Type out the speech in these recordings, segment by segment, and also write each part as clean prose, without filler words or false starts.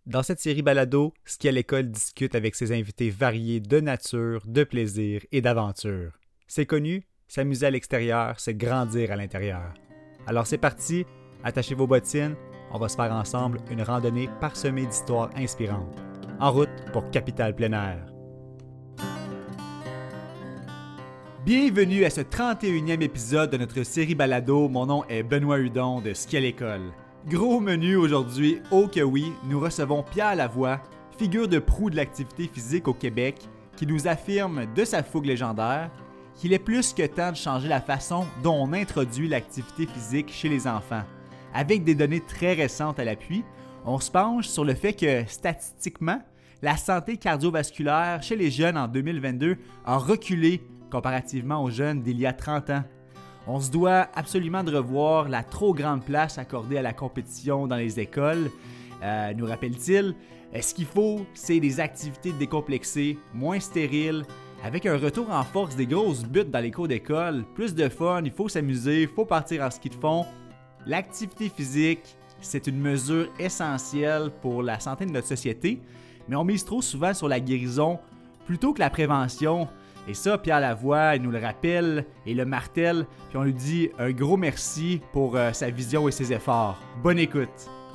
Dans cette série balado, Ski à l'école discute avec ses invités variés de nature, de plaisir et d'aventure. C'est connu, s'amuser à l'extérieur, c'est grandir à l'intérieur. Alors c'est parti, attachez vos bottines, on va se faire ensemble une randonnée parsemée d'histoires inspirantes. En route pour Capitale Plein Air. Bienvenue à ce 31e épisode de notre série balado. Mon nom est Benoît Hudon de Ski à l'école. Gros menu aujourd'hui, oh que oui, nous recevons Pierre Lavoie, figure de proue de l'activité physique au Québec, qui nous affirme de sa fougue légendaire qu'il est plus que temps de changer la façon dont on introduit l'activité physique chez les enfants. Avec des données très récentes à l'appui, on se penche sur le fait que, statistiquement, la santé cardiovasculaire chez les jeunes en 2022 a reculé comparativement aux jeunes d'il y a 30 ans. On se doit absolument de revoir la trop grande place accordée à la compétition dans les écoles, nous rappelle-t-il. Ce qu'il faut, c'est des activités décomplexées, moins stériles, avec un retour en force des grosses buttes dans les cours d'école, plus de fun, il faut s'amuser, il faut partir en ski de fond. L'activité physique, c'est une mesure essentielle pour la santé de notre société, mais on mise trop souvent sur la guérison plutôt que la prévention. Et ça, Pierre Lavoie, il nous le rappelle et le martèle, puis on lui dit un gros merci pour sa vision et ses efforts. Bonne écoute.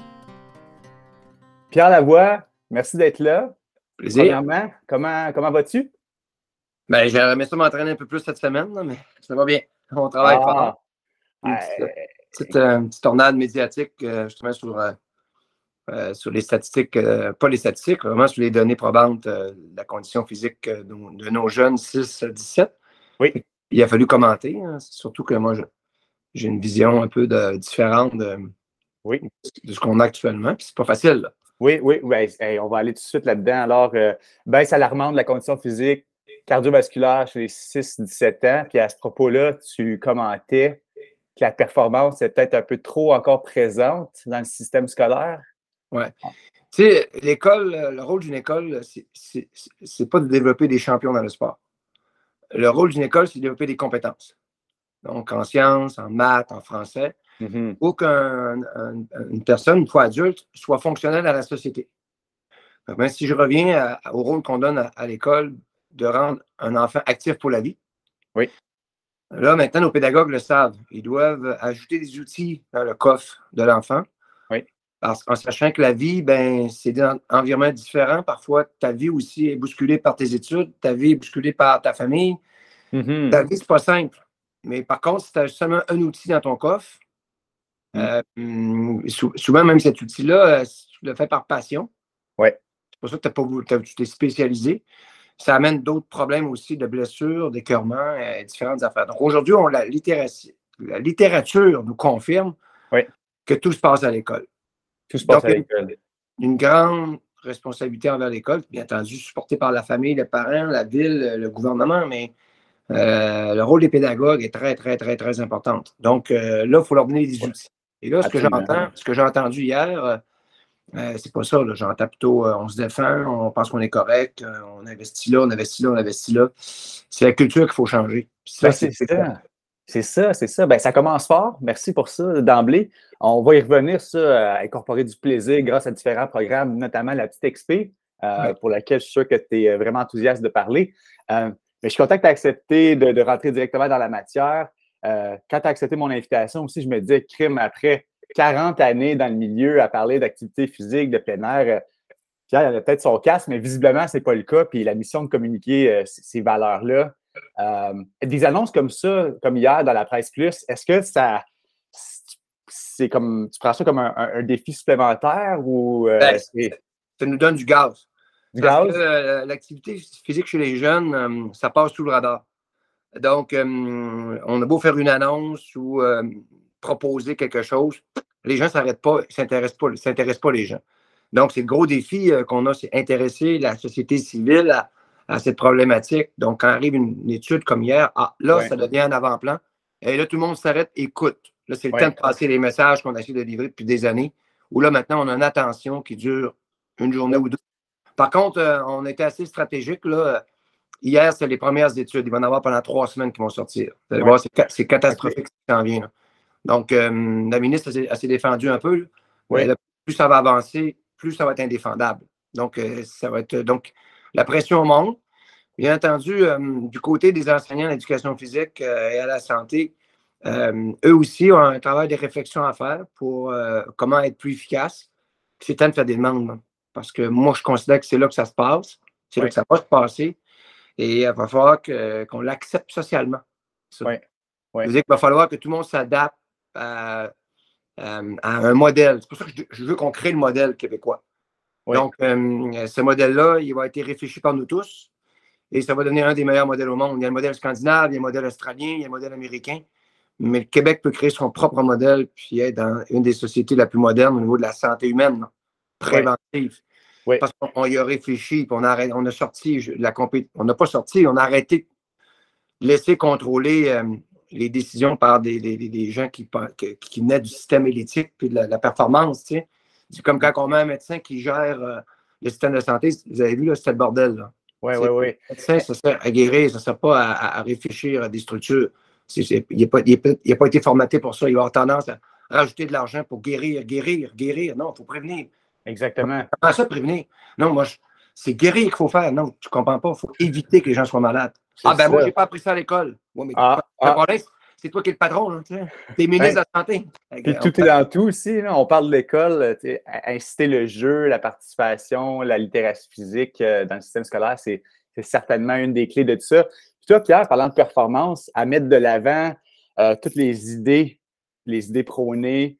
Pierre Lavoie, merci d'être là. Plaisir. Premièrement, comment vas-tu? Ben, j'aimerais bien ça m'entraîner un peu plus cette semaine, là, mais ça va bien. On travaille fort. Une petite tornade médiatique, justement, sur les statistiques, pas les statistiques, vraiment sur les données probantes de la condition physique de nos jeunes 6-17. Oui. Il a fallu commenter, hein, surtout que moi, j'ai une vision un peu différente de ce qu'on a actuellement, puis c'est pas facile, là. Oui, on va aller tout de suite là-dedans. Alors, baisse alarmante de la condition physique cardiovasculaire chez les 6-17 ans, puis à ce propos-là, tu commentais que la performance est peut-être un peu trop encore présente dans le système scolaire. Oui. Tu sais, l'école, le rôle d'une école, c'est pas de développer des champions dans le sport. Le rôle d'une école, c'est de développer des compétences. Donc, en sciences, en maths, en français. Il faut qu'une personne, une fois adulte, soit fonctionnelle à la société. Donc, même si je reviens au rôle qu'on donne à l'école de rendre un enfant actif pour la vie. Oui. Là, maintenant, nos pédagogues le savent. Ils doivent ajouter des outils dans le coffre de l'enfant. Oui. Parce qu'en sachant que la vie, c'est des environnements différents. Parfois, ta vie aussi est bousculée par tes études, ta vie est bousculée par ta famille. Ta vie, c'est pas simple. Mais par contre, si tu as seulement un outil dans ton coffre, souvent, même cet outil-là, tu le fais par passion. Ouais. C'est pour ça que tu t'es spécialisé. Ça amène d'autres problèmes aussi de blessures, d'écœurements, différentes affaires. Donc aujourd'hui, la littérature nous confirme que tout se passe à l'école. Tout se passe à l'école. Une grande responsabilité envers l'école, bien entendu, supportée par la famille, les parents, la ville, le gouvernement, mais le rôle des pédagogues est très, très, très, très important. Donc là, il faut leur donner des outils. Et là, ce que j'ai entendu hier, c'est pas ça. J'entends plutôt on se défend, on pense qu'on est correct, on investit là, on investit là, on investit là. C'est la culture qu'il faut changer. C'est ça. Ça commence fort. Merci pour ça d'emblée. On va y revenir, ça, à incorporer du plaisir grâce à différents programmes, notamment la petite XP, pour laquelle je suis sûr que tu es vraiment enthousiaste de parler. Mais je suis content que tu aies accepté de rentrer directement dans la matière. Quand tu as accepté mon invitation aussi, je me disais, crime, après 40 années dans le milieu à parler d'activité physique, de plein air, Pierre, il a peut-être son casque, mais visiblement, ce n'est pas le cas. Puis la mission de communiquer ces valeurs-là. Des annonces comme ça, comme hier dans la Presse Plus, est-ce que c'est comme tu prends ça comme un défi supplémentaire ou ça nous donne du gaz. Parce que l'activité physique chez les jeunes, ça passe sous le radar. Donc, on a beau faire une annonce ou proposer quelque chose, les gens ne s'arrêtent pas, ils ne s'intéressent pas les gens. Donc, c'est le gros défi qu'on a, c'est intéresser la société civile à cette problématique. Donc, quand arrive une étude comme hier, ça devient un avant-plan. Et là, tout le monde s'arrête, écoute. Là, c'est le temps de passer les messages qu'on a essayé de livrer depuis des années, où là, maintenant, on a une attention qui dure une journée ou deux. Par contre, on était assez stratégique, là. Hier, c'est les premières études. Il va y en avoir pendant 3 semaines qui vont sortir. Vous allez voir, c'est catastrophique ce qui s'en vient, là. Donc, la ministre s'est défendue un peu. Là. Plus ça va avancer, plus ça va être indéfendable. Donc, donc la pression monte. Bien entendu, du côté des enseignants d'éducation physique et à la santé, eux aussi ont un travail de réflexion à faire pour comment être plus efficace. C'est temps de faire des demandes. Parce que moi, je considère que c'est là que ça se passe. C'est là que ça va se passer. Et il va falloir qu'on l'accepte socialement. Oui. C'est-à-dire qu'il va falloir que tout le monde s'adapte à un modèle. C'est pour ça que je veux qu'on crée le modèle québécois. Oui. Donc, ce modèle-là, il va être réfléchi par nous tous et ça va devenir un des meilleurs modèles au monde. Il y a le modèle scandinave, il y a le modèle australien, il y a le modèle américain. Mais le Québec peut créer son propre modèle puis être dans une des sociétés la plus modernes au niveau de la santé humaine, préventive. Oui. Parce qu'on y a réfléchi, puis on a sorti la compétition. On n'a pas sorti, on a arrêté de laisser contrôler les décisions par des gens qui venaient du système élitique puis de la performance. Tu sais. C'est comme quand on met un médecin qui gère le système de santé. Vous avez vu, là, c'était le bordel. Oui. Le médecin, ça sert à guérir, ça ne sert pas à réfléchir à des structures. Il n'a pas été formaté pour ça. Il va avoir tendance à rajouter de l'argent pour guérir. Non, il faut prévenir. Exactement. Comment ça, prévenir? Non, moi, c'est guérir qu'il faut faire. Non, tu ne comprends pas. Il faut éviter que les gens soient malades. Moi, je n'ai pas appris ça à l'école. Ouais, mais le problème, c'est toi qui es le patron. Tu es ministre de la Santé. Puis tout est dans tout aussi. Là. On parle de l'école, inciter le jeu, la participation, la littératie physique dans le système scolaire, c'est certainement une des clés de tout ça. Puis toi, Pierre, parlant de performance, à mettre de l'avant toutes les idées prônées,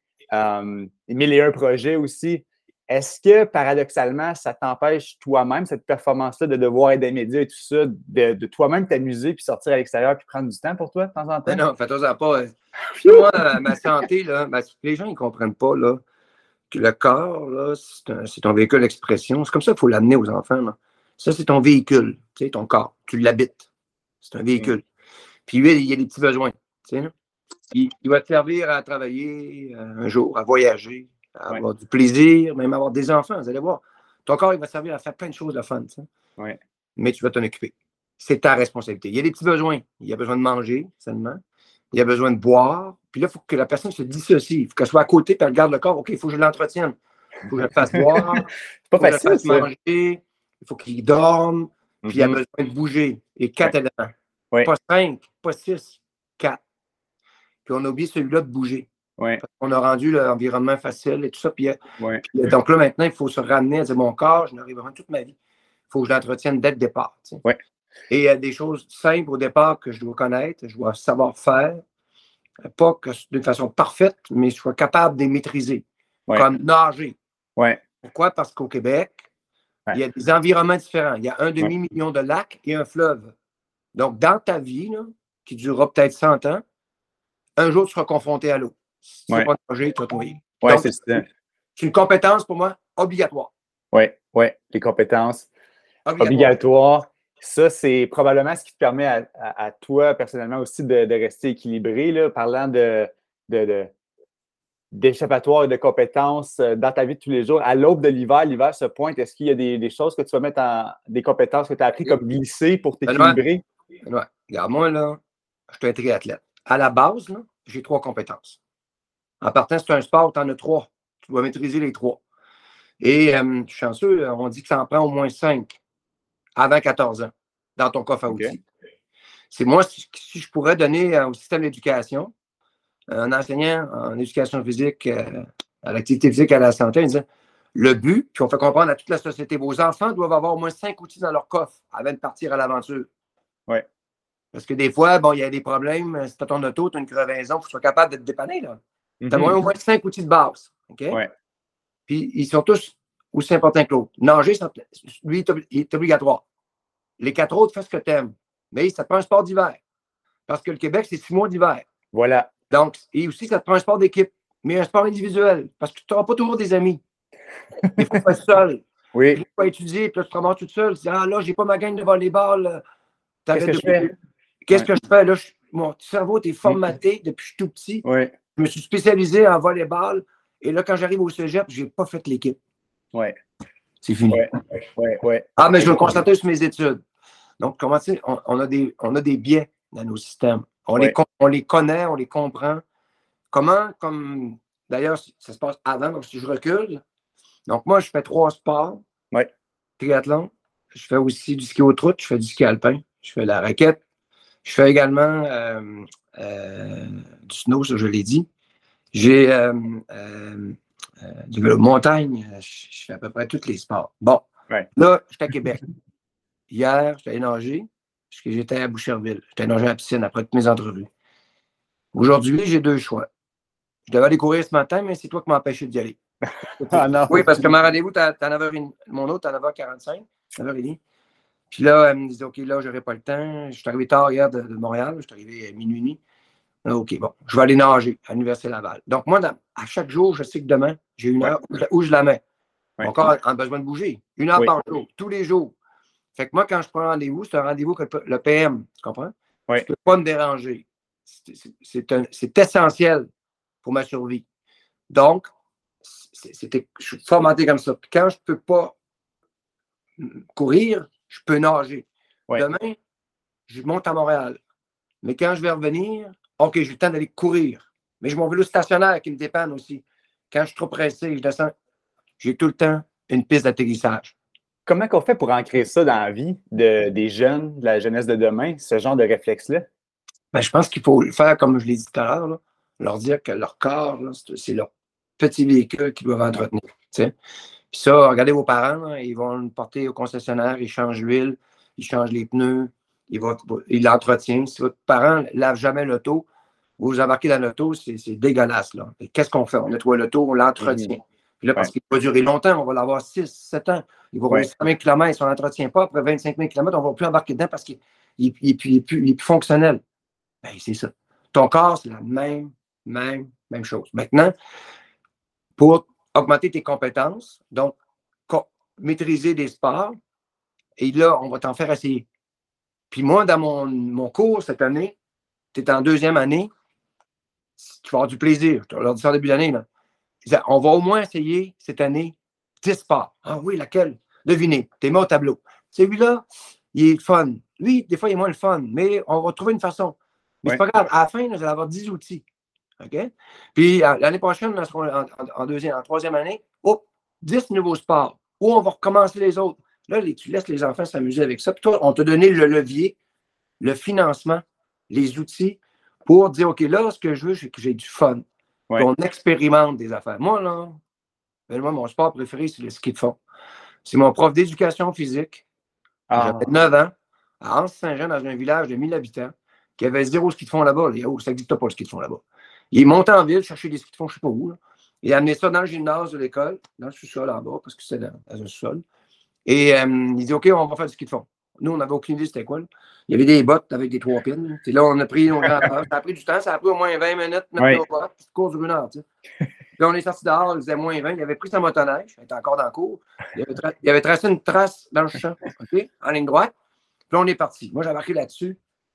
les 1001 projets aussi. Est-ce que, paradoxalement, ça t'empêche toi-même, cette performance-là, de devoir être des médias et tout ça, de toi-même t'amuser puis sortir à l'extérieur puis prendre du temps pour toi de temps en temps? Non, fais-toi pas. Moi, ma santé, là, les gens, ils ne comprennent pas là, que le corps, là, c'est ton véhicule d'expression. C'est comme ça qu'il faut l'amener aux enfants. Là. Ça, c'est ton véhicule, tu sais, ton corps. Tu l'habites. C'est un véhicule. Puis lui, il y a des petits besoins. Tu sais, là. Il va te servir à travailler un jour, à voyager, à avoir du plaisir, même avoir des enfants. Vous allez voir. Ton corps, il va servir à faire plein de choses de fun. Mais tu vas t'en occuper. C'est ta responsabilité. Il y a des petits besoins. Il y a besoin de manger seulement. Il y a besoin de boire. Puis là, il faut que la personne se dissocie. Il faut qu'elle soit à côté et elle regarde le corps. OK, il faut que je l'entretienne. Il faut que je le fasse boire. C'est pas facile, que je le fasse manger. Il faut qu'il dorme. Puis il a besoin de bouger. Et 4 éléments. Pas 5, pas 6, 4. Puis on a oublié celui-là de bouger. Parce qu'on a rendu l'environnement facile et tout ça. Puis donc là, maintenant, il faut se ramener à dire mon corps, je n'arrive pas toute ma vie. Il faut que je l'entretienne dès le départ. Et il y a des choses simples au départ que je dois connaître, je dois savoir faire. Pas que d'une façon parfaite, mais je sois capable de les maîtriser. Comme nager. Pourquoi? Parce qu'au Québec, il y a des environnements différents. Il y a un demi-million de lacs et un fleuve. Donc, dans ta vie, là, qui durera peut-être 100 ans, un jour, tu seras confronté à l'eau. Si tu ne sais pas nager, tu vas te noyer. C'est une compétence, pour moi, obligatoire. Oui, les compétences obligatoires. Ça, c'est probablement ce qui te permet à toi, personnellement, aussi de rester équilibré. Là, parlant d'échappatoire et de compétences dans ta vie de tous les jours. À l'aube de l'hiver se pointe. Est-ce qu'il y a des choses que tu vas mettre des compétences que tu as appris comme glisser pour t'équilibrer? Regarde, moi, là, je suis un triathlète. À la base, là, j'ai 3 compétences. En partant, c'est un sport, tu en as 3. Tu dois maîtriser les 3. Et je suis chanceux, on dit que ça en prend au moins 5 avant 14 ans dans ton coffre à outils. C'est moi, si je pourrais donner au système d'éducation, un enseignant en éducation physique, à l'activité physique, à la santé, il disait le but, puis on fait comprendre à toute la société, vos enfants doivent avoir au moins 5 outils dans leur coffre avant de partir à l'aventure. Parce que des fois, bon, il y a des problèmes. Si tu as ton auto, tu as une crevaison, il faut que tu sois capable de te dépanner. Tu as au moins 5 outils de base. Puis ils sont tous aussi importants que l'autre. Nager, lui, il est obligatoire. Les 4 autres, fais ce que tu aimes. Mais ça te prend un sport d'hiver. Parce que le Québec, c'est 6 mois d'hiver. Voilà. Donc, et aussi, ça te prend un sport d'équipe, mais un sport individuel. Parce que tu n'auras pas toujours des amis. Il faut faire seul. Oui. Il faut étudier, puis là, tu te ramasses tout seul. Tu dis, là, j'ai pas ma gang de volleyball. Qu'est-ce que je fais? Qu'est-ce que je fais? Là, mon cerveau est formaté depuis que je suis tout petit. Je me suis spécialisé en volleyball. Et là, quand j'arrive au cégep, je n'ai pas fait l'équipe. C'est fini. Ah, mais je vais le constater sur mes études. Donc, comment tu sais, on a des biais dans nos systèmes. On les connaît, on les comprend. D'ailleurs, ça se passe avant, donc si je recule, Donc, moi, je fais 3 sports. Oui. Triathlon. Je fais aussi du ski haute route. Je fais du ski alpin. Je fais la raquette. Je fais également du snow, ça, je l'ai dit. J'ai du vélo de montagne. Je fais à peu près tous les sports. Bon. Ouais. Là, je suis à Québec. Hier, j'étais allé nager parce que j'étais à Boucherville. J'étais nager à la piscine après toutes mes entrevues. Aujourd'hui, j'ai 2 choix. Je devais aller courir ce matin, mais c'est toi qui m'as empêché d'y aller. Ah non. Oui, parce que mon rendez-vous, t'as 9h, mon autre, à 9h45, 9h30. Puis là, elle me disait, OK, là, j'aurai pas le temps. Je suis arrivé tard hier de Montréal. Je suis arrivé à minuit. OK, bon, je vais aller nager à l'Université Laval. Donc, moi, à chaque jour, je sais que demain, j'ai une heure où je la mets. Ouais. Mon corps a besoin de bouger. 1 heure Oui. par jour, tous les jours. Fait que moi, quand je prends rendez-vous, c'est un rendez-vous que le PM, tu comprends? Oui. Je ne peux pas me déranger. C'est essentiel pour ma survie. Donc, je suis formaté comme ça. Puis quand je ne peux pas courir, je peux nager. Ouais. Demain, je monte à Montréal. Mais quand je vais revenir, OK, j'ai le temps d'aller courir. Mais j'ai mon vélo stationnaire qui me dépanne aussi. Quand je suis trop pressé, je descends, j'ai tout le temps une piste d'atterrissage. Comment on fait pour ancrer ça dans la vie des jeunes, de la jeunesse de demain, ce genre de réflexe-là? Ben, je pense qu'il faut le faire, comme je l'ai dit tout à l'heure, là, leur dire que leur corps, là, c'est leur petit véhicule qu'ils doivent entretenir. T'sais. Puis ça, regardez vos parents, là, ils vont le porter au concessionnaire, ils changent l'huile, ils changent les pneus, ils l'entretiennent. Si votre parent ne lave jamais l'auto, vous vous embarquez dans l'auto, c'est dégueulasse. Là. Et qu'est-ce qu'on fait? On nettoie l'auto, on l'entretient. Puis là, parce qu'il va durer longtemps, on va l'avoir 6, 7 ans. Il va rouler 5 000 km. Si on ne l'entretient pas, après 25 000 km, on ne va plus embarquer dedans parce qu'il n'est plus fonctionnel. Ben, c'est ça. Ton corps, c'est la même chose. Maintenant, pour augmenter tes compétences, donc maîtriser des sports, et là, on va t'en faire essayer. Puis moi, dans mon cours cette année, tu es en 2e année, tu vas avoir du plaisir. Tu vas leur dire ça en début d'année. Là. On va au moins essayer cette année 10 sports. Ah oui, laquelle? Devinez, t'es mis au tableau. Celui-là, il est le fun. Lui, des fois, il est moins le fun, mais on va trouver une façon. Mais c'est pas grave. À la fin, là, vous allez avoir 10 outils. OK? Puis l'année prochaine, en 3e année, 10 nouveaux sports. Ou on va recommencer les autres. Là, tu laisses les enfants s'amuser avec ça. Puis toi, on t'a donné le levier, le financement, les outils pour dire, OK, là, ce que je veux, c'est que j'ai du fun. Ouais. On expérimente des affaires. Moi, là, mon sport préféré, c'est le ski de fond. C'est mon prof d'éducation physique. J'avais 9 ans, à Anse-Saint-Jean, dans un village de 1000 habitants, qui avait 0 ski de fond là-bas. Ça n'existe pas, le ski de fond là-bas. Il est monté en ville, chercher des skis de fond, je ne sais pas où. Là. Il a amené ça dans le gymnase de l'école, dans le sous-sol en bas, parce que c'était dans un sous-sol. Et il dit, OK, on va faire du ski de fond. Nous, on n'avait aucune idée c'était quoi. Là. Il y avait des bottes avec des 3 pins. Et là, on a pris nos grands ça a pris du temps, ça a pris au moins 20 minutes, mettre nos bottes, puis cours d'une heure. Là, on est sorti dehors, il faisait moins 20. Il avait pris sa motoneige, il était encore dans le cours. Il avait tracé une trace dans le champ, OK, en ligne droite. Puis là, on est parti. Moi, j'ai embarqué là-dessus.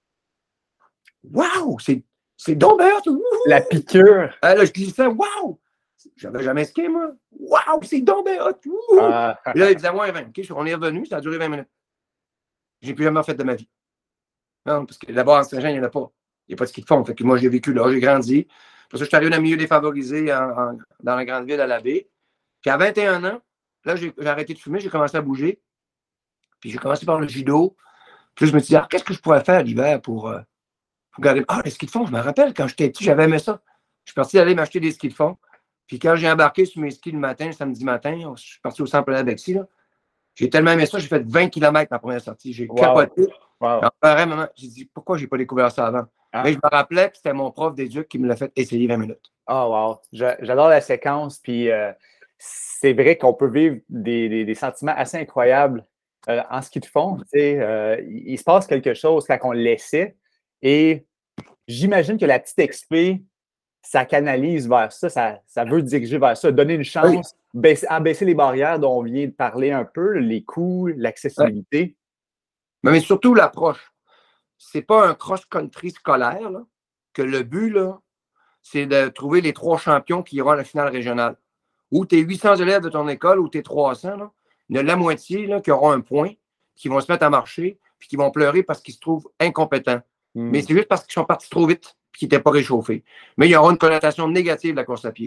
Waouh! C'est donc bien hot! La piqûre! Là, je glissais, waouh! J'avais jamais skié, moi. Waouh! C'est donc bien hot! Et là, il faisait moins 20. OK, on est revenu, ça a duré 20 minutes. J'ai plus jamais fait de ma vie. Non, parce que d'abord, en Saint-Jean, il n'y en a pas. Il n'y a pas de ski de fond. Fait que moi, j'ai vécu là, j'ai grandi. Parce que je suis arrivé dans le milieu défavorisé dans la grande ville à la baie. Puis à 21 ans, là, j'ai arrêté de fumer, j'ai commencé à bouger. Puis j'ai commencé par le judo. Puis là, je me suis dit, qu'est-ce que je pourrais faire l'hiver pour garder. Les skis de fond, je me rappelle, quand j'étais petit, j'avais aimé ça. Je suis parti aller m'acheter des skis de fond. Puis quand j'ai embarqué sur mes skis le matin, le samedi matin, je suis parti au centre de la Bexy, là. J'ai tellement aimé ça, j'ai fait 20 km ma première sortie. J'ai capoté. J'ai dit, pourquoi je n'ai pas découvert ça avant? Mais je me rappelais que c'était mon prof d'éduc qui me l'a fait essayer 20 minutes. Oh, wow! J'adore la séquence. Puis c'est vrai qu'on peut vivre des sentiments assez incroyables en ski de fond. Il se passe quelque chose quand on le laissait. Et j'imagine que la petite XP, ça canalise vers ça, ça veut diriger vers ça, donner une chance, abaisser les barrières dont on vient de parler un peu, les coûts, l'accessibilité. Mais surtout l'approche. C'est pas un cross-country scolaire, là, que le but, là, c'est de trouver les 3 champions qui iront à la finale régionale. Ou tu es 800 élèves de ton école, ou tu es 300, là, il y en a la moitié là, qui auront un point, qui vont se mettre à marcher, puis qui vont pleurer parce qu'ils se trouvent incompétents. Mais c'est juste parce qu'ils sont partis trop vite et qu'ils n'étaient pas réchauffés. Mais il y aura une connotation négative de la course à pied.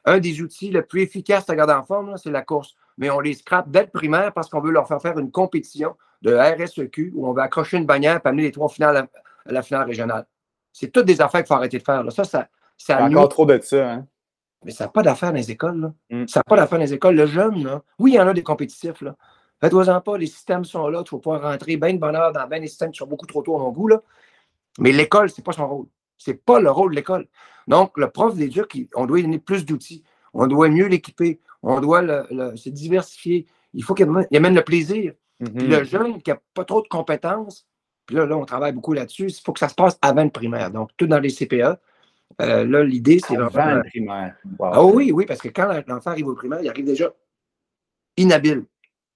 un des outils le plus efficaces à garder en forme, c'est la course. Mais on les scrape dès le primaire parce qu'on veut leur faire une compétition de RSEQ où on va accrocher une bannière et amener les 3 finales à la finale régionale. C'est toutes des affaires qu'il faut arrêter de faire. Là. Ça il y a encore trop de ça. Hein? Mais ça n'a pas d'affaires dans les écoles. Là. Ça n'a pas d'affaires dans les écoles. Le jeune, là, oui, il y en a des compétitifs. Là. Faites-vous-en pas, les systèmes sont là. Il faut pouvoir rentrer bien de bonne heure dans bien des systèmes qui sont beaucoup trop tôt à mon goût. Là. Mais l'école, ce n'est pas son rôle. Ce n'est pas le rôle de l'école. Donc, le prof d'éduc, on doit lui donner plus d'outils. On doit mieux l'équiper. On doit se diversifier. Il faut qu'il amène le plaisir. Puis le jeune qui n'a pas trop de compétences, puis là, on travaille beaucoup là-dessus, il faut que ça se passe avant le primaire. Donc, tout dans les CPA. Là, l'idée, c'est vraiment. Avant le primaire. Wow. Ah oui, parce que quand l'enfant arrive au primaire, il arrive déjà inhabile.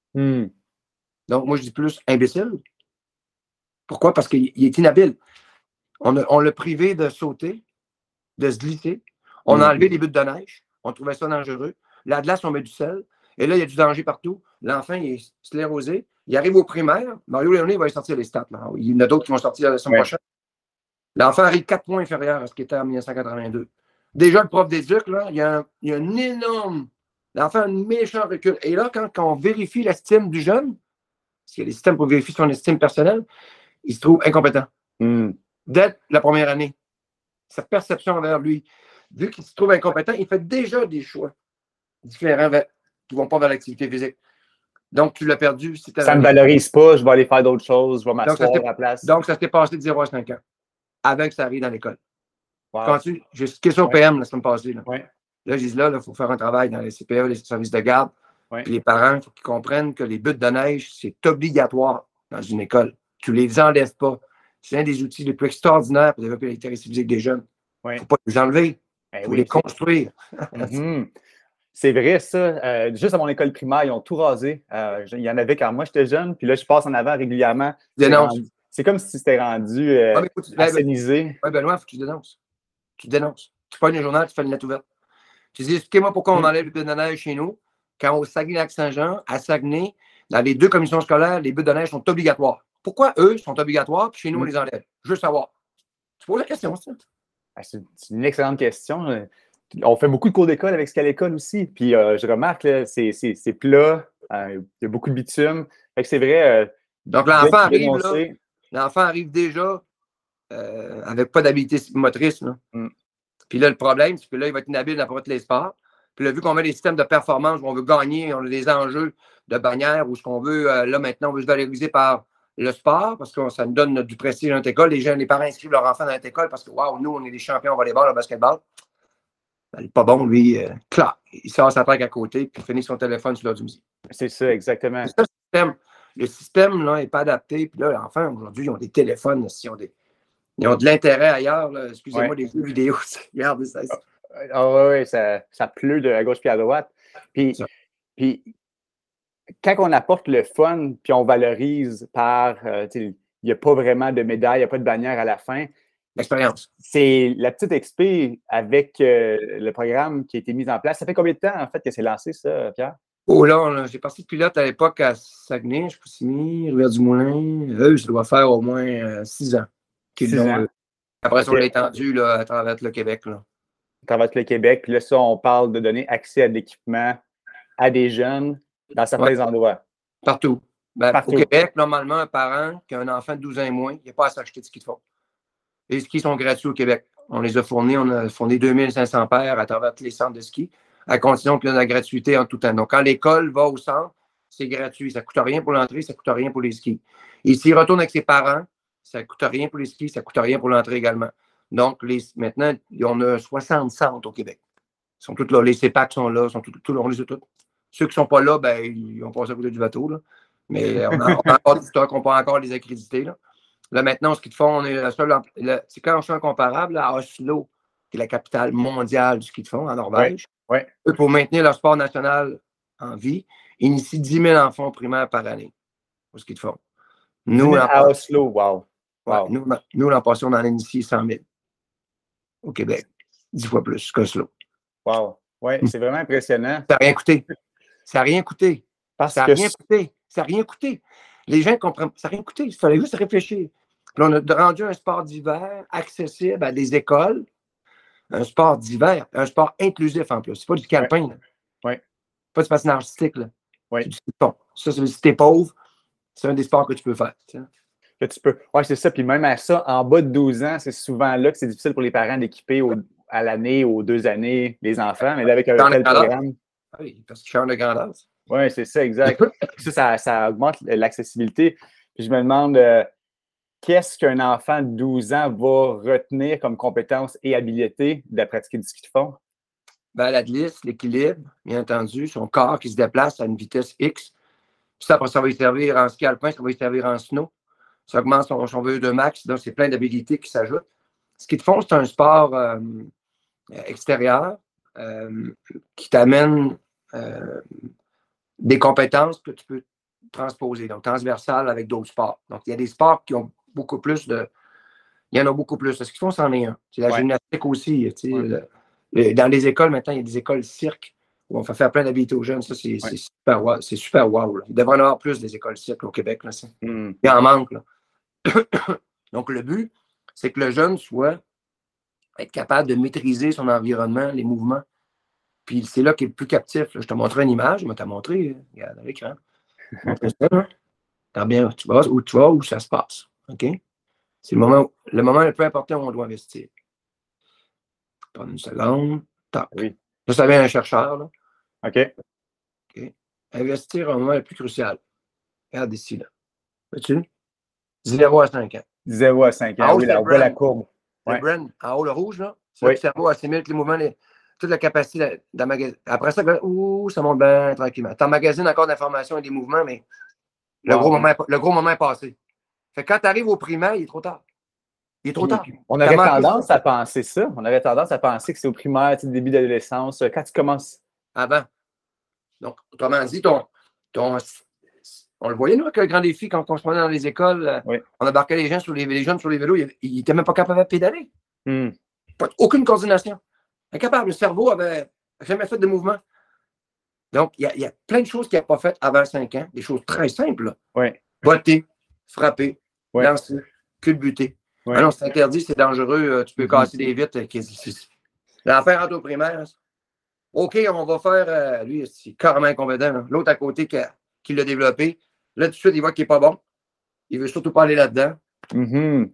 Donc, moi, je dis plus imbécile. Pourquoi? Parce qu'il est inhabile. On l'a privé de sauter, de se glisser. On a enlevé les buts de neige. On trouvait ça dangereux. La glace, on met du sel. Et là, il y a du danger partout. L'enfant, il est sclérosé. Il arrive au primaire. Mario Léoné va sortir les stats. Là. Il y en a d'autres qui vont sortir la semaine prochaine. L'enfant arrive 4 points inférieur à ce qu'il était en 1982. Déjà, le prof d'éduc, là, il y a un énorme... L'enfant a un méchant recul. Et là, quand on vérifie l'estime du jeune, parce qu'il y a des systèmes pour vérifier son estime personnelle, il se trouve incompétent. Dès la première année. Sa perception envers lui. Vu qu'il se trouve incompétent, il fait déjà des choix différents qui ne vont pas vers l'activité physique. Donc, tu l'as perdu. Ça ne me valorise pas, je vais aller faire d'autres choses, je vais m'asseoir à la place. Donc, ça s'est passé de 0 à 5 ans, avant que ça arrive dans l'école. Wow. J'ai expliqué ça au PM la semaine passée. Là, là j'ai dit il faut faire un travail dans les CPE, les services de garde. Puis les parents, il faut qu'ils comprennent que les buts de neige, c'est obligatoire dans une école. Tu ne les enlèves pas. C'est un des outils les plus extraordinaires pour développer l'intéressé physique des jeunes. Il ne faut pas les enlever. Il faut les construire. C'est vrai, ça. Juste à mon école primaire, ils ont tout rasé. Il y en avait quand moi, j'étais jeune. Puis là, je passe en avant régulièrement. C'est comme si c'était rendu assanisé. Oui, Benoît, il faut que tu dénonces. Tu dénonces. Tu prends un journal, tu fais une lettre ouverte. Tu dis, expliquez-moi pourquoi on enlève les buts de neige chez nous, quand au Saguenay-Lac-Saint-Jean, à Saguenay, dans les 2 commissions scolaires, les buts de neige sont obligatoires. Pourquoi eux sont obligatoires, puis chez nous, on les enlève? Je veux savoir. Tu poses la question, ça. C'est une excellente question. On fait beaucoup de cours d'école avec Scal École aussi. Puis je remarque, c'est plat, il y a beaucoup de bitume. Fait que c'est vrai. Donc, l'enfant arrive déjà avec pas d'habilité motrice. Là. Puis là, le problème, c'est que là, il va être inhabile dans n'importe les sports. Puis là, vu qu'on met des systèmes de performance où on veut gagner, on a des enjeux de bannière où ce qu'on veut, là, maintenant, on veut se valoriser par le sport parce que ça nous donne du prestige dans notre école. Les parents inscrivent leur enfant dans notre école parce que, waouh, nous, on est des champions au volleyball, au basketball. Ben, il n'est pas bon, lui. Clac, il sort sa plaque à côté puis il finit son téléphone sur l'heure du midi. C'est ça, exactement. C'est ça, le système. Le système là n'est pas adapté. Puis là, l'enfant, aujourd'hui, ils ont des téléphones. Ils ont de l'intérêt ailleurs. Excusez-moi, des jeux vidéo. Regardez ça. Oui, ça pleut de à gauche puis à droite. Puis quand on apporte le fun puis on valorise par... il n'y a pas vraiment de médaille, il n'y a pas de bannière à la fin. L'expérience. C'est la petite XP avec le programme qui a été mis en place. Ça fait combien de temps, en fait, que c'est lancé, ça, Pierre? Oh là, j'ai parti de pilote à l'époque à Saguenay, je sais pas si Rivière-du-Moulin. Ça doit faire au moins 6 ans. 6 ans. Après ça, on l'a étendu là, à travers le Québec. Là. À travers le Québec. Puis là, ça, on parle de donner accès à de l'équipement à des jeunes dans certains endroits. Partout. Au Québec, normalement, un parent qui a un enfant de 12 ans et moins, il n'y a pas à s'acheter de ski de fond. Les skis sont gratuits au Québec. On les a fournis. On a fourni 2500 paires à travers tous les centres de ski, à condition qu'il y ait de la gratuité en tout temps. Donc, quand l'école va au centre, c'est gratuit. Ça ne coûte rien pour l'entrée, ça ne coûte rien pour les skis. Et s'il retourne avec ses parents, ça ne coûte rien pour les skis, ça ne coûte rien pour l'entrée également. Donc, maintenant, on a 60 centres au Québec. Ils sont tous là. Les CEPAC sont là. On les a tous. Ceux qui ne sont pas là, ben, ils ont passé à côté du bateau. Là. Mais on a encore du stock, on peut encore les accréditer. Là, maintenant, ce qu'ils font, on est la seule. C'est quand on fait un comparable à Oslo, qui est la capitale mondiale du ski de fond, en Norvège. Eux, pour maintenir leur sport national en vie, initient 10 000 enfants primaires par année au ski de fond. Nous, à Oslo, wow. Nous, l'an passé, on en a initié 100 000 au Québec. 10 fois plus qu'Oslo. Wow. Oui, c'est vraiment impressionnant. Ça n'a rien coûté. Ça n'a rien coûté. Ça n'a rien coûté. Les gens comprennent. Ça n'a rien coûté. Il fallait juste réfléchir. Puis on a rendu un sport d'hiver accessible à des écoles un sport d'hiver, un sport inclusif en plus. C'est pas du ski alpin. Ouais. Pas du patinage artistique. Ouais. C'est du ski de fond. Ça, si t'es pauvre, c'est un des sports que tu peux faire. Que tu peux. Oui, c'est ça. Puis même à ça, en bas de 12 ans, c'est souvent là que c'est difficile pour les parents d'équiper à l'année, aux 2 années, les enfants. Mais là, avec un tel programme. Oui, parce qu'ils changent de grandeur. Oui, c'est ça, exact. ça augmente l'accessibilité. Puis je me demande qu'est-ce qu'un enfant de 12 ans va retenir comme compétences et habiletés de pratiquer du ski de fond? Ben, la glisse, l'équilibre, bien entendu, son corps qui se déplace à une vitesse X. Puis ça, après, ça va lui servir en ski alpin, ça va lui servir en snow. Ça augmente son VE2 max, donc c'est plein d'habilités qui s'ajoutent. Ski de fond, c'est un sport extérieur qui t'amène des compétences que tu peux transposer, donc transversales avec d'autres sports. Donc, il y a des sports qui ont beaucoup plus de. Il y en a beaucoup plus. Ce qu'ils font, c'en est un. C'est la gymnastique aussi. Dans les écoles, maintenant, il y a des écoles cirque où on fait faire plein d'habilités aux jeunes. Ça, c'est super wow. C'est super wow. Là. Il devrait y en avoir plus des écoles cirque au Québec. Là, il y en manque. Là. Donc, le but, c'est que le jeune soit être capable de maîtriser son environnement, les mouvements. Puis c'est là qu'il est le plus captif. Là. Je te montrerai une image, je vais te montrer. Regarde à l'écran. Bien, tu vois où ça se passe. OK? C'est le moment le plus important où on doit investir. Prendre une seconde. Tac. Oui. Ça vient un chercheur. Là. OK. Investir au moment le plus crucial. Regarde ici. Là. Vois-tu? 0 à 5 ans. 0 à 5 ans. Oui, là, on voit la courbe. Le brain, en haut, le rouge, là. C'est là que le cerveau assimile les mouvements, toute la capacité d'emmagasiner. Après ça, ça monte bien tranquillement. Tu emmagasines encore d'informations et des mouvements, mais le gros moment est passé. Fait que quand tu arrives au primaire, il est trop tard. Il est trop tard. On aurait tendance à penser ça. On aurait tendance à penser que c'est au primaire, le début d'adolescence, quand tu commences. Avant. Donc, autrement dit, on le voyait, nous, avec le grand défi, quand on se prenait dans les écoles, on embarquait les jeunes sur les vélos, ils n'étaient même pas capables de pédaler. Aucune coordination. Incapable. Le cerveau avait jamais fait de mouvement. Donc, il y a plein de choses qu'il n'a pas faites avant 5 ans, des choses très simples. Botter, frapper, lancer, culbuter. Ah non, c'est interdit, c'est dangereux, tu peux casser des vitres. L'enfant rentre au primaire. OK, on va faire, lui, c'est carrément incompétent. L'autre à côté qui l'a développé, là, tout de suite, il voit qu'il n'est pas bon. Il veut surtout pas aller là-dedans. Il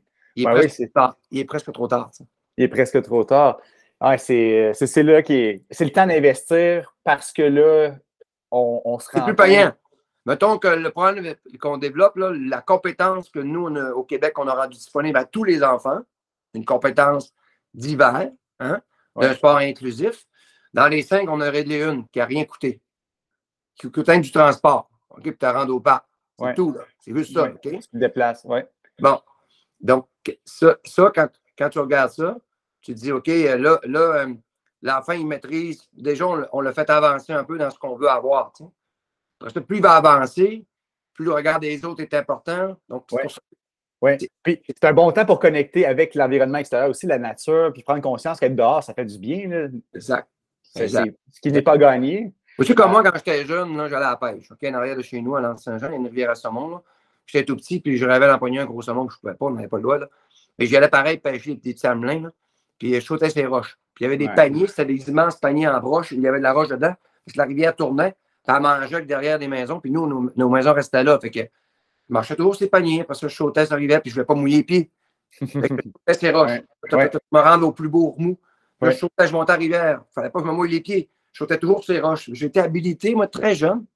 est presque trop tard. Ça. Il est presque trop tard. Ah, c'est là c'est le temps d'investir parce que là, on se rend. C'est plus payant. Mettons que le problème qu'on développe, là, la compétence que nous, au Québec, on a rendu disponible à tous les enfants, une compétence d'hiver, d'un sport inclusif. Dans les 5, on a réglé une qui n'a rien coûté. Qui coûte du transport. OK, puis tu rendre au parc. C'est tout, là. C'est juste ça. OK? Tu te déplaces, Bon. Donc, ça quand tu regardes ça, tu te dis, OK, là l'enfant, il maîtrise. Déjà, on l'a fait avancer un peu dans ce qu'on veut avoir. T'sais. Parce que plus il va avancer, plus le regard des autres est important. Donc, c'est pour ça. Puis c'est un bon temps pour connecter avec l'environnement extérieur aussi, la nature, puis prendre conscience qu'être dehors, ça fait du bien. Là. Exact. C'est ce qui n'est pas gagné. Tu sais, comme moi, quand j'étais jeune, là, j'allais à la pêche. OK, en arrière de chez nous, à l'Anse-Saint-Jean, il y a une rivière à saumon. Là. J'étais tout petit, puis je rêvais d'empoigner un gros saumon que je ne pouvais pas, je n'avais pas le doigt. Là. Mais j'y allais pareil pêcher des petits hamelins, là, puis je sautais sur les roches. Puis il y avait des paniers, c'était des immenses paniers en broche, il y avait de la roche dedans. Puis la rivière tournait, ça mangeait derrière des maisons, puis nous, nos maisons restaient là. Fait que je marchais toujours ces paniers, parce que je sautais sur la rivière, puis je ne voulais pas mouiller les pieds. Fait que je sautais ces roches. Je me rendre au plus beau remous. Je sautais, je montais à la rivière. Il ne fallait pas que je me mouille les pieds. Je sautais toujours sur ces roches. J'étais habilité, moi, très jeune.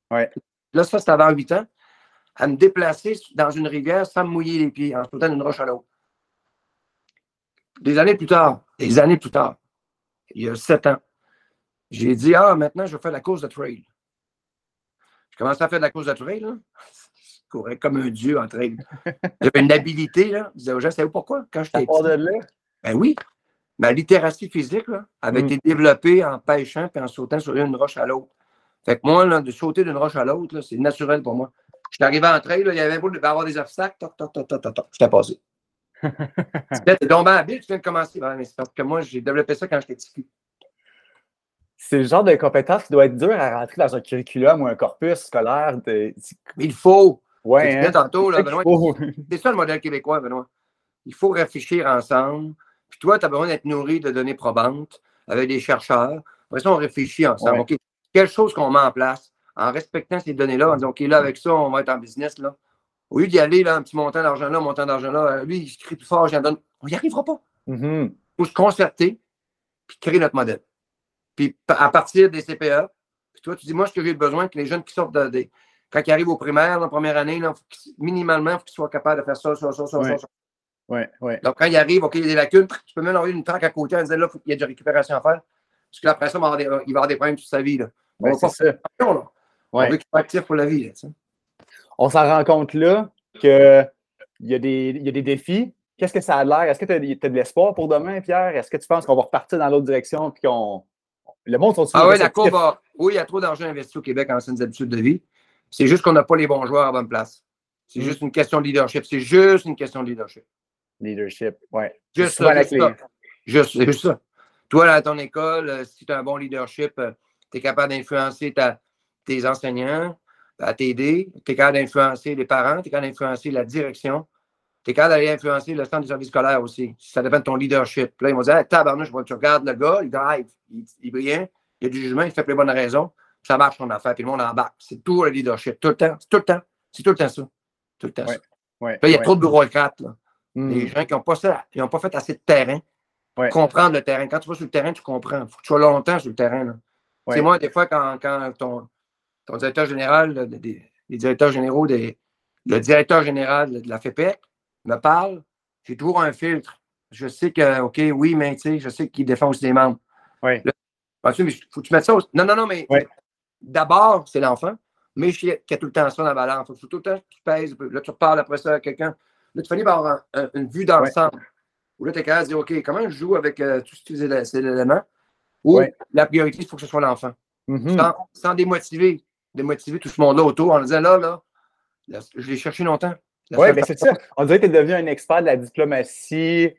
Là, ça, c'était avant 8 ans, à me déplacer dans une rivière sans me mouiller les pieds, en sautant d'une roche à l'autre. Des années plus tard, il y a 7 ans, j'ai dit, maintenant, je vais faire la course de trail. Je commençais à faire de la course de trail, là. Je courais comme un dieu en trail. J'avais une habilité, là. Je disais aux gens, savez-vous pourquoi? Quand j'étais petit. Ben oui. Ma littératie physique là, avait été développée en pêchant et en sautant sur une roche à l'autre. Fait que moi, là, de sauter d'une roche à l'autre, c'est naturel pour moi. Je suis arrivé en trail, là, il y avait beau avoir des obstacles, j'étais passé. T'es tombé habile, tu viens de commencer. Mais c'est parce que moi, j'ai développé ça quand j'étais petit. C'est le genre de compétence qui doit être dur à rentrer dans un curriculum ou un corpus scolaire. Il faut. Ouais, tantôt, là, Benoît, c'est ça le modèle québécois, Benoît. Il faut réfléchir ensemble. Puis toi, tu as besoin d'être nourri de données probantes avec des chercheurs. Après ça, on réfléchit ensemble. OK, quelle chose qu'on met en place en respectant ces données-là, en disant, OK, là, avec ça, on va être en business, là. Au lieu d'y aller, là, un petit montant d'argent là, un montant d'argent là, lui, il se crie plus fort, j'en donne. On n'y arrivera pas. Il faut se concerter puis créer notre modèle. Puis à partir des CPA, puis toi, tu dis, moi, ce que j'ai besoin, que les jeunes qui sortent quand ils arrivent au primaire, en première année, là, minimalement, il faut qu'ils soient capables de faire ça. Donc, quand ils arrivent, OK, il y a des lacunes, tu peux même envoyer une traque à côté en disant, là, il y a de la récupération à faire. Parce que après ça, il va avoir des problèmes toute sa vie. Là. On va pas faire attention, là. On veut qu'il soit actif pour la vie. Là, on s'en rend compte là qu'il y a des défis. Qu'est-ce que ça a l'air? Est-ce que tu as de l'espoir pour demain, Pierre? Est-ce que tu penses qu'on va repartir dans l'autre direction puis le monde sont oui, la courbe oui, il y a trop d'argent investi au Québec en saines habitudes de vie. C'est juste qu'on n'a pas les bons joueurs à bonne place. C'est juste une question de leadership. C'est juste une question de leadership. Leadership, oui. Juste ça. Juste ça. Toi, à ton école, si tu as un bon leadership, tu es capable d'influencer tes enseignants, à t'aider. Tu es capable d'influencer les parents, tu es capable d'influencer la direction. Tu es capable d'aller influencer le centre du service scolaire aussi. Ça dépend de ton leadership. Puis là, ils vont dire, hey, tabarnouche, tu regardes le gars, il est brillant, il a du jugement, il fait les bonnes raisons. Ça marche son affaire, puis le monde embarque. C'est tout le leadership. Tout le temps. C'est tout le temps. C'est tout le temps ça. Tout le temps ça. Là, il y a trop de bureaucrates. Là. Les gens qui n'ont pas ça, ils n'ont pas fait assez de terrain pour comprendre le terrain. Quand tu vas sur le terrain, tu comprends. Il faut que tu sois longtemps sur le terrain. Là. C'est moi, des fois, quand ton directeur général, les directeurs généraux, le directeur général de la FEPEC me parle, j'ai toujours un filtre. Je sais que, OK, oui, mais tu sais, je sais qu'il défend aussi des membres. Oui. Là, il faut que tu mettes ça aussi. Non, mais d'abord, c'est l'enfant, mais qui a tout le temps ça dans la balance. Il faut tout le temps que tu pèses. Là, tu reparles après ça à quelqu'un. Là, tu finis par avoir une vue d'ensemble. Où là, tu es capable de dire, OK, comment je joue avec tous ces éléments? Ou la priorité, il faut que ce soit l'enfant. Sans démotiver tout ce monde-là autour en disant, là, je l'ai cherché longtemps. Oui, bien c'est ça. On dirait que tu es devenu un expert de la diplomatie,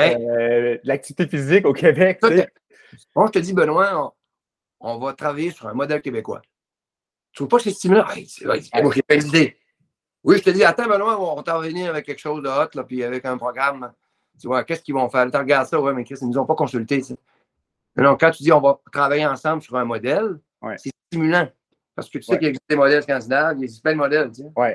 de l'activité physique au Québec. Moi, je te dis, Benoît, on va travailler sur un modèle québécois. Tu ne trouves pas que c'est stimulant? Moi, j'ai pas d'idée. Oui, je te dis, attends, Benoît, on va t'en revenir avec quelque chose de hot, là, puis avec un programme. Tu vois, qu'est-ce qu'ils vont faire? Tu regardes ça, mais Chris, ils ne nous ont pas consultés. Donc, quand tu dis on va travailler ensemble sur un modèle, c'est stimulant. Parce que tu sais qu'il existe des modèles scandinaves, il existe plein de modèles. Oui.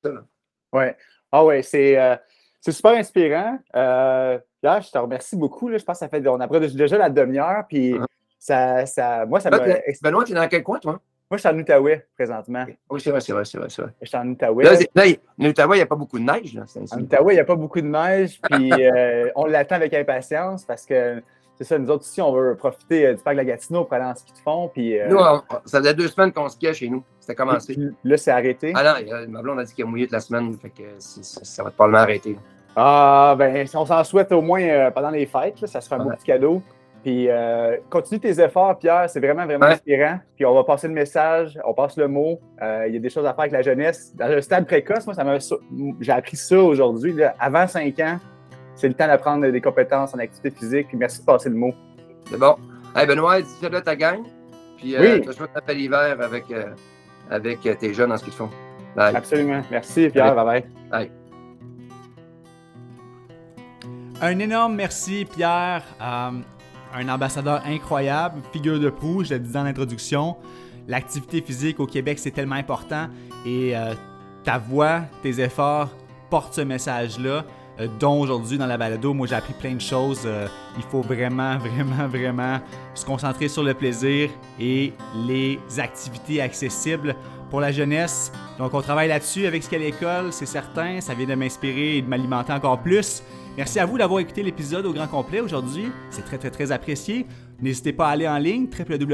Ah oui, c'est super inspirant. Pierre, je te remercie beaucoup. Là. Je pense que on approche déjà la demi-heure. Puis moi, ça m'a. Benoît, tu es dans quel coin, toi? Moi, je suis en Outaouais présentement. Oui, c'est vrai. Je suis en Outaouais. Là, en Outaouais, il n'y a pas beaucoup de neige. Là. En Outaouais, il n'y a pas beaucoup de neige. Puis on l'attend avec impatience parce que c'est ça, nous autres ici, on veut profiter du parc de la Gatineau pour aller en ski de fond. Puis, nous, ça faisait 2 semaines qu'on skiait chez nous. C'était commencé. Là, c'est arrêté. Ah non, ma blonde a dit qu'il a mouillé toute la semaine. Fait que ça va probablement arrêter. Ah, ben, on s'en souhaite au moins pendant les fêtes. Là, ça sera un beau petit cadeau. Puis, continue tes efforts, Pierre. C'est vraiment, vraiment inspirant. Puis, on va passer le message, on passe le mot. Il y a des choses à faire avec la jeunesse. Dans un stade précoce, moi, j'ai appris ça aujourd'hui. Là, avant 5 ans, c'est le temps d'apprendre des compétences en activité physique. Puis, merci de passer le mot. C'est bon. Hey, Benoît, dis ça là ta gang. Puis, je te souhaite un bel hiver avec tes jeunes en ski de fond. Bye. Absolument. Merci, Pierre. Bye-bye. Bye. Un énorme merci, Pierre. Un ambassadeur incroyable, figure de proue, je l'ai dit dans l'introduction. L'activité physique au Québec, c'est tellement important et ta voix, tes efforts portent ce message-là, dont aujourd'hui dans la balado, moi j'ai appris plein de choses. Il faut vraiment se concentrer sur le plaisir et les activités accessibles pour la jeunesse. Donc on travaille là-dessus avec Ski à l'école, c'est certain, ça vient de m'inspirer et de m'alimenter encore plus. Merci à vous d'avoir écouté l'épisode au grand complet aujourd'hui. C'est très apprécié. N'hésitez pas à aller en ligne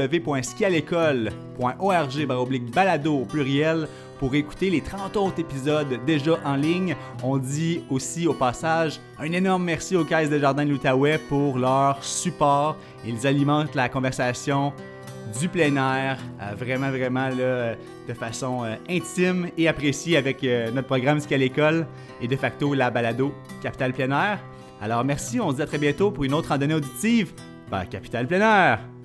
www.skialécole.org/balado au pluriel pour écouter les 30 autres épisodes déjà en ligne. On dit aussi au passage un énorme merci aux Caisses de Jardin de l'Outaouais pour leur support. Ils alimentent la conversation du plein air, vraiment là, de façon intime et appréciée avec notre programme Ski à l'école et de facto la balado Capital Plein Air. Alors merci, on se dit à très bientôt pour une autre randonnée auditive par Capital Plein Air.